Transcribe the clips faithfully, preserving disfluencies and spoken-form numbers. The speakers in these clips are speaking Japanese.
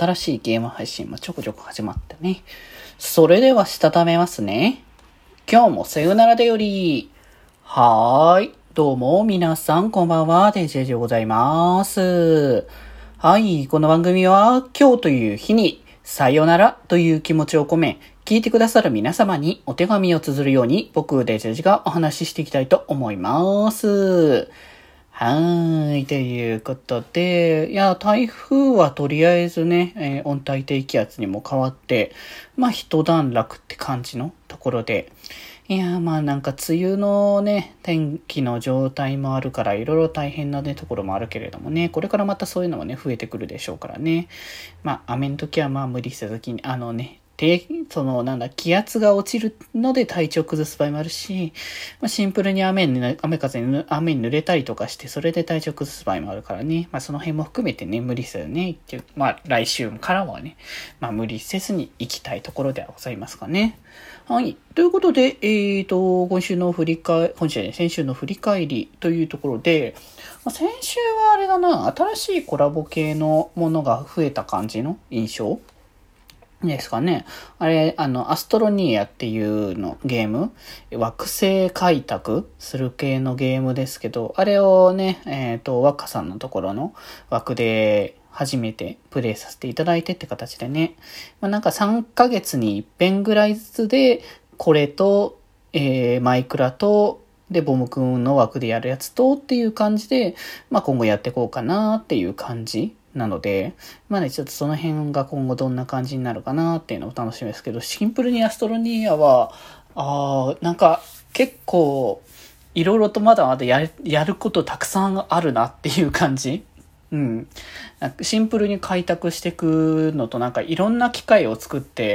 新しいゲーム配信もちょこちょこ始まってね。それではしたためますね。今日もさよならでより。はーい。どうも皆さんこんばんは。デジェジでございます。はい。この番組は今日という日にさよならという気持ちを込め、聞いてくださる皆様にお手紙を綴るように僕デジェジがお話ししていきたいと思います。はーい。ということで、いや、台風はとりあえずね、えー、温帯低気圧にも変わって、まあ一段落って感じのところで、いや、まあなんか梅雨のね、天気の状態もあるから、いろいろ大変なね、ところもあるけれどもね、これからまたそういうのもね、増えてくるでしょうからね。まあ雨の時はまあ無理せずに、あのね、で、その、なんだ、気圧が落ちるので体調崩す場合もあるし、まあ、シンプルに雨に、雨風に、雨に濡れたりとかして、それで体調崩す場合もあるからね。まあ、その辺も含めてね、無理せずね、まあ、来週からはね、まあ、無理せずに行きたいところではございますかね。はい。ということで、えーと、今週の振り返、今週ね、先週の振り返りというところで、まあ、先週はあれだな、新しいコラボ系のものが増えた感じの印象ですかね。あれ、あの、アストロニアっていうのゲーム、惑星開拓する系のゲームですけど、あれをね、えっと、若さんのところの枠で初めてプレイさせていただいてって形でね、まあ、なんかさんかげつに一遍ぐらいずつで、これと、えー、マイクラと、で、ボムくんの枠でやるやつとっていう感じで、まあ今後やっていこうかなっていう感じ。なので、まあね、ちょっとその辺が今後どんな感じになるかなっていうのを楽しみですけど、シンプルにアストロニアは、あー、なんか結構、いろいろとまだまだやる、やることたくさんあるなっていう感じ。うん。シンプルに開拓していくのと、なんかいろんな機械を作って、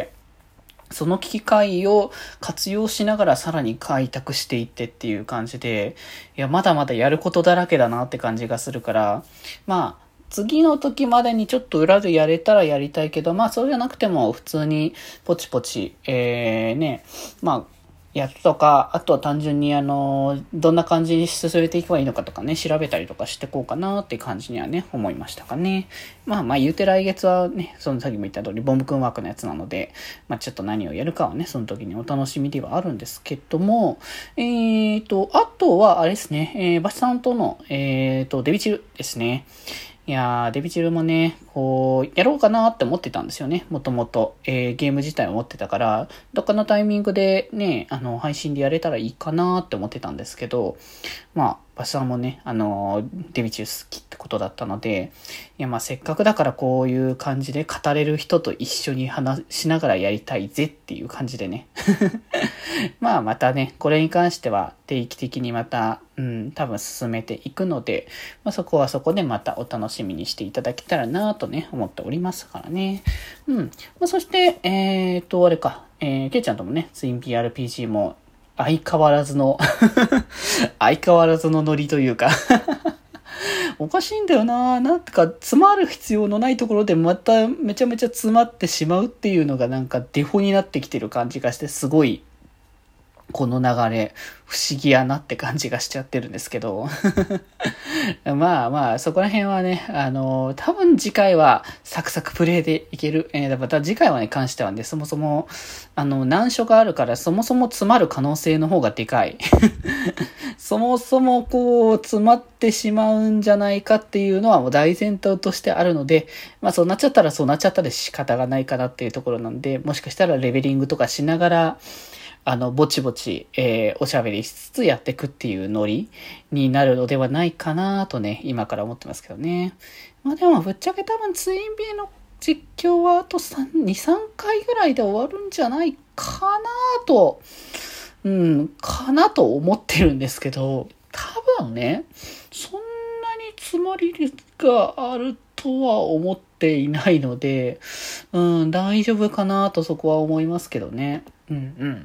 その機械を活用しながらさらに開拓していってっていう感じで、いや、まだまだやることだらけだなって感じがするから、まあ、次の時までにちょっと裏でやれたらやりたいけど、まあそうじゃなくても普通にポチポチ、えー、ね、まあ、やつとか、あとは単純にあの、どんな感じに進めていけばいいのかとかね、調べたりとかしてこうかなって感じにはね、思いましたかね。まあまあ言うて来月はね、そのさっきも言った通り、ボムくんワークのやつなので、まあちょっと何をやるかはね、その時にお楽しみではあるんですけども、えーと、あとはあれですね、えー、バシさんとの、えーと、デビチルですね。いやー、デビチルもね、こう、やろうかなって思ってたんですよね。もともと、えー、ゲーム自体を持ってたから、どっかのタイミングでね、あの、配信でやれたらいいかなって思ってたんですけど、まあ、バシさんもね、あの、デビチル好きってことだったので、いや、まあ、せっかくだからこういう感じで語れる人と一緒に話しながらやりたいぜっていう感じでね。まあ、またね、これに関しては定期的にまた、うん、多分進めていくので、まあ、そこはそこでまたお楽しみにしていただけたらなとね、思っておりますからね。うん。まあ、そして、えーと、あれか、えー、ケイちゃんともね、ツイン ピーアールピージー も相変わらずの相変わらずのノリというかおかしいんだよな。なんてか、詰まる必要のないところでまためちゃめちゃ詰まってしまうっていうのがなんかデフォになってきてる感じがして、すごい、この流れ、不思議やなって感じがしちゃってるんですけど。まあまあ、そこら辺はね、あの、多分次回はサクサクプレイでいける。えー、また次回はね、関してはね、そもそも、あの、難所があるから、そもそも詰まる可能性の方がでかい。そもそもこう、詰まってしまうんじゃないかっていうのはもう大前提としてあるので、まあそうなっちゃったらそうなっちゃったで仕方がないかなっていうところなんで、もしかしたらレベリングとかしながら、あの、ぼちぼち、えー、おしゃべりしつつやっていくっていうノリになるのではないかなとね、今から思ってますけどね。まあでも、ぶっちゃけ多分ツインビーの実況はあとに、さんかいぐらいで終わるんじゃないかなと、うん、かなと思ってるんですけど、多分ね、そんなに詰まりがあるとは思っていないので、うん、大丈夫かなとそこは思いますけどね。うんうん。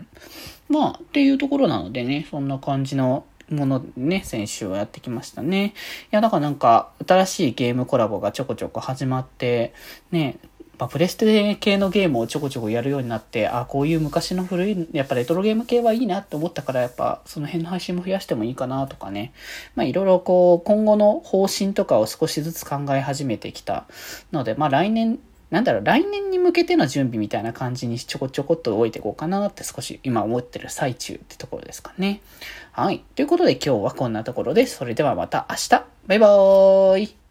まあ、っていうところなのでね、そんな感じのものね、先週はやってきましたね。いや、だからなんか、新しいゲームコラボがちょこちょこ始まって、ね、まあ、プレステ系のゲームをちょこちょこやるようになって、あ、こういう昔の古い、やっぱレトロゲーム系はいいなって思ったから、やっぱその辺の配信も増やしてもいいかなとかね。まあ、いろいろこう、今後の方針とかを少しずつ考え始めてきたので、まあ、来年、 なんだろう、来年に向けての準備みたいな感じにちょこちょこっと動いていこうかなって少し今思ってる最中ってところですかね。はい。ということで今日はこんなところで、それではまた明日。バイバーイ。